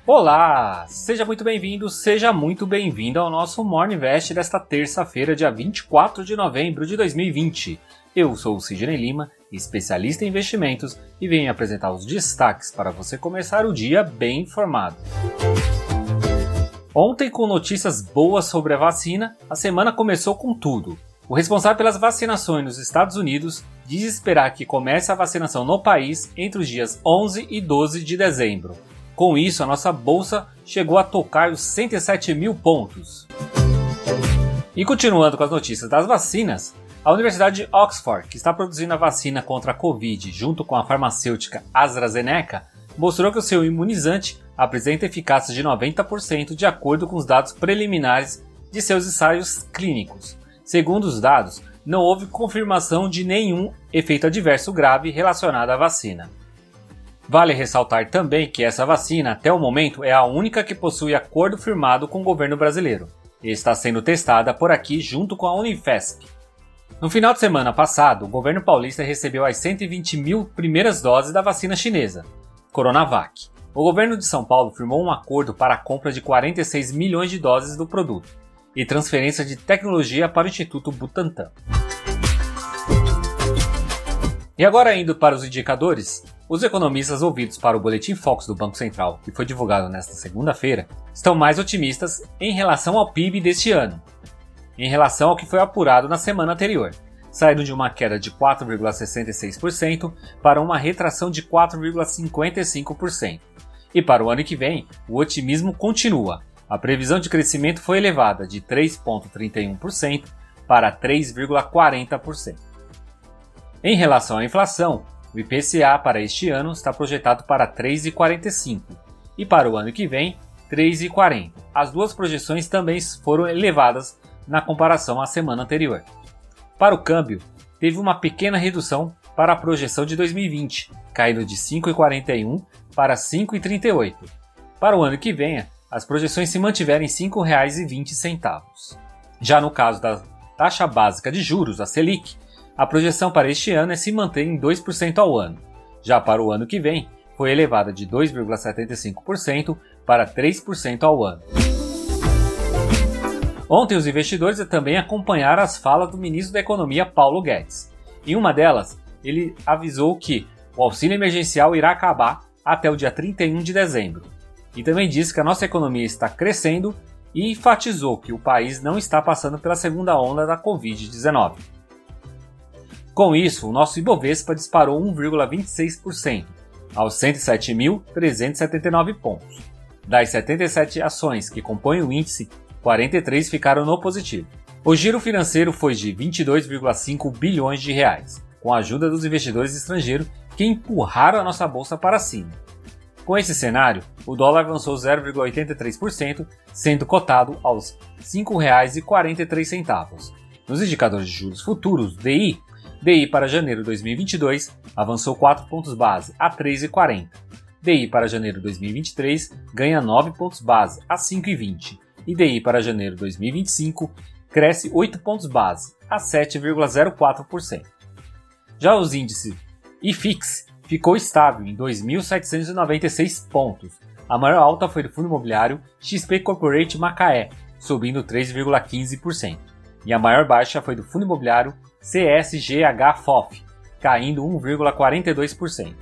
Olá! Seja muito bem-vindo, seja muito bem-vinda ao nosso Morning Invest desta terça-feira, dia 24 de novembro de 2020. Eu sou o Sidney Lima, especialista em investimentos, e venho apresentar os destaques para você começar o dia bem informado. Ontem, com notícias boas sobre a vacina, a semana começou com tudo. O responsável pelas vacinações nos Estados Unidos diz esperar que comece a vacinação no país entre os dias 11 e 12 de dezembro. Com isso, a nossa bolsa chegou a tocar os 107 mil pontos. E continuando com as notícias das vacinas, a Universidade de Oxford, que está produzindo a vacina contra a Covid junto com a farmacêutica AstraZeneca, mostrou que o seu imunizante apresenta eficácia de 90% de acordo com os dados preliminares de seus ensaios clínicos. Segundo os dados, não houve confirmação de nenhum efeito adverso grave relacionado à vacina. Vale ressaltar também que essa vacina, até o momento, é a única que possui acordo firmado com o governo brasileiro e está sendo testada por aqui junto com a Unifesp. No final de semana passado, o governo paulista recebeu as 120 mil primeiras doses da vacina chinesa, Coronavac. O governo de São Paulo firmou um acordo para a compra de 46 milhões de doses do produto e transferência de tecnologia para o Instituto Butantan. E agora indo para os indicadores, os economistas ouvidos para o Boletim Focus do Banco Central, que foi divulgado nesta segunda-feira, estão mais otimistas em relação ao PIB deste ano, em relação ao que foi apurado na semana anterior, saindo de uma queda de 4,66% para uma retração de 4,55%. E para o ano que vem, o otimismo continua. A previsão de crescimento foi elevada de 3,31% para 3,40%. Em relação à inflação, o IPCA para este ano está projetado para 3,45% e para o ano que vem, 3,40%. As duas projeções também foram elevadas na comparação à semana anterior. Para o câmbio, teve uma pequena redução para a projeção de 2020, caindo de 5,41 para 5,38. Para o ano que vem, as projeções se mantiveram em R$ 5,20. Já no caso da taxa básica de juros, a Selic, a projeção para este ano é se manter em 2% ao ano. Já para o ano que vem, foi elevada de 2,75% para 3% ao ano. Ontem, os investidores também acompanharam as falas do ministro da Economia, Paulo Guedes. Em uma delas, ele avisou que o auxílio emergencial irá acabar até o dia 31 de dezembro. E também disse que a nossa economia está crescendo e enfatizou que o país não está passando pela segunda onda da Covid-19. Com isso, o nosso Ibovespa disparou 1,26%, aos 107.379 pontos. Das 77 ações que compõem o índice, 43 ficaram no positivo. O giro financeiro foi de 22,5 bilhões de reais, com a ajuda dos investidores estrangeiros que empurraram a nossa bolsa para cima. Com esse cenário, o dólar avançou 0,83%, sendo cotado aos R$ 5,43. Nos indicadores de juros futuros, DI para janeiro de 2022 avançou 4 pontos base a 3,40. DI para janeiro de 2023 ganha 9 pontos base a 5,20. E DI para janeiro de 2025 cresce 8 pontos base a 7,04%. Já os índices IFIX ficou estável em 2.796 pontos. A maior alta foi do fundo imobiliário XP Corporate Macaé, subindo 3,15%. E a maior baixa foi do fundo imobiliário CSGH-FOF, caindo 1,42%.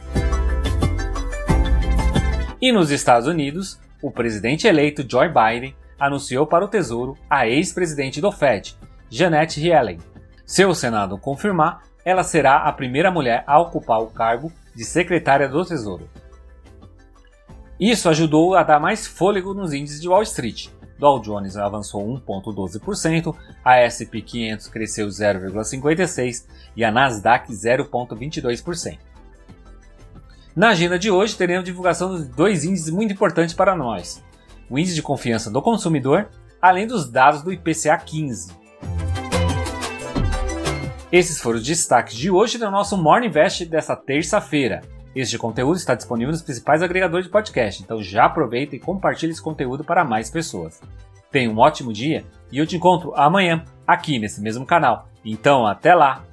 E nos Estados Unidos, o presidente eleito Joe Biden anunciou para o Tesouro a ex-presidente do Fed, Janet Yellen. Se o Senado confirmar, ela será a primeira mulher a ocupar o cargo de secretária do Tesouro. Isso ajudou a dar mais fôlego nos índices de Wall Street. Dow Jones avançou 1,12%, a S&P 500 cresceu 0,56% e a Nasdaq 0,22%. Na agenda de hoje teremos divulgação de dois índices muito importantes para nós: o índice de confiança do consumidor, além dos dados do IPCA 15. Esses foram os destaques de hoje do nosso Morning Invest dessa terça-feira. Este conteúdo está disponível nos principais agregadores de podcast, então já aproveita e compartilhe esse conteúdo para mais pessoas. Tenha um ótimo dia e eu te encontro amanhã, aqui nesse mesmo canal. Então até lá!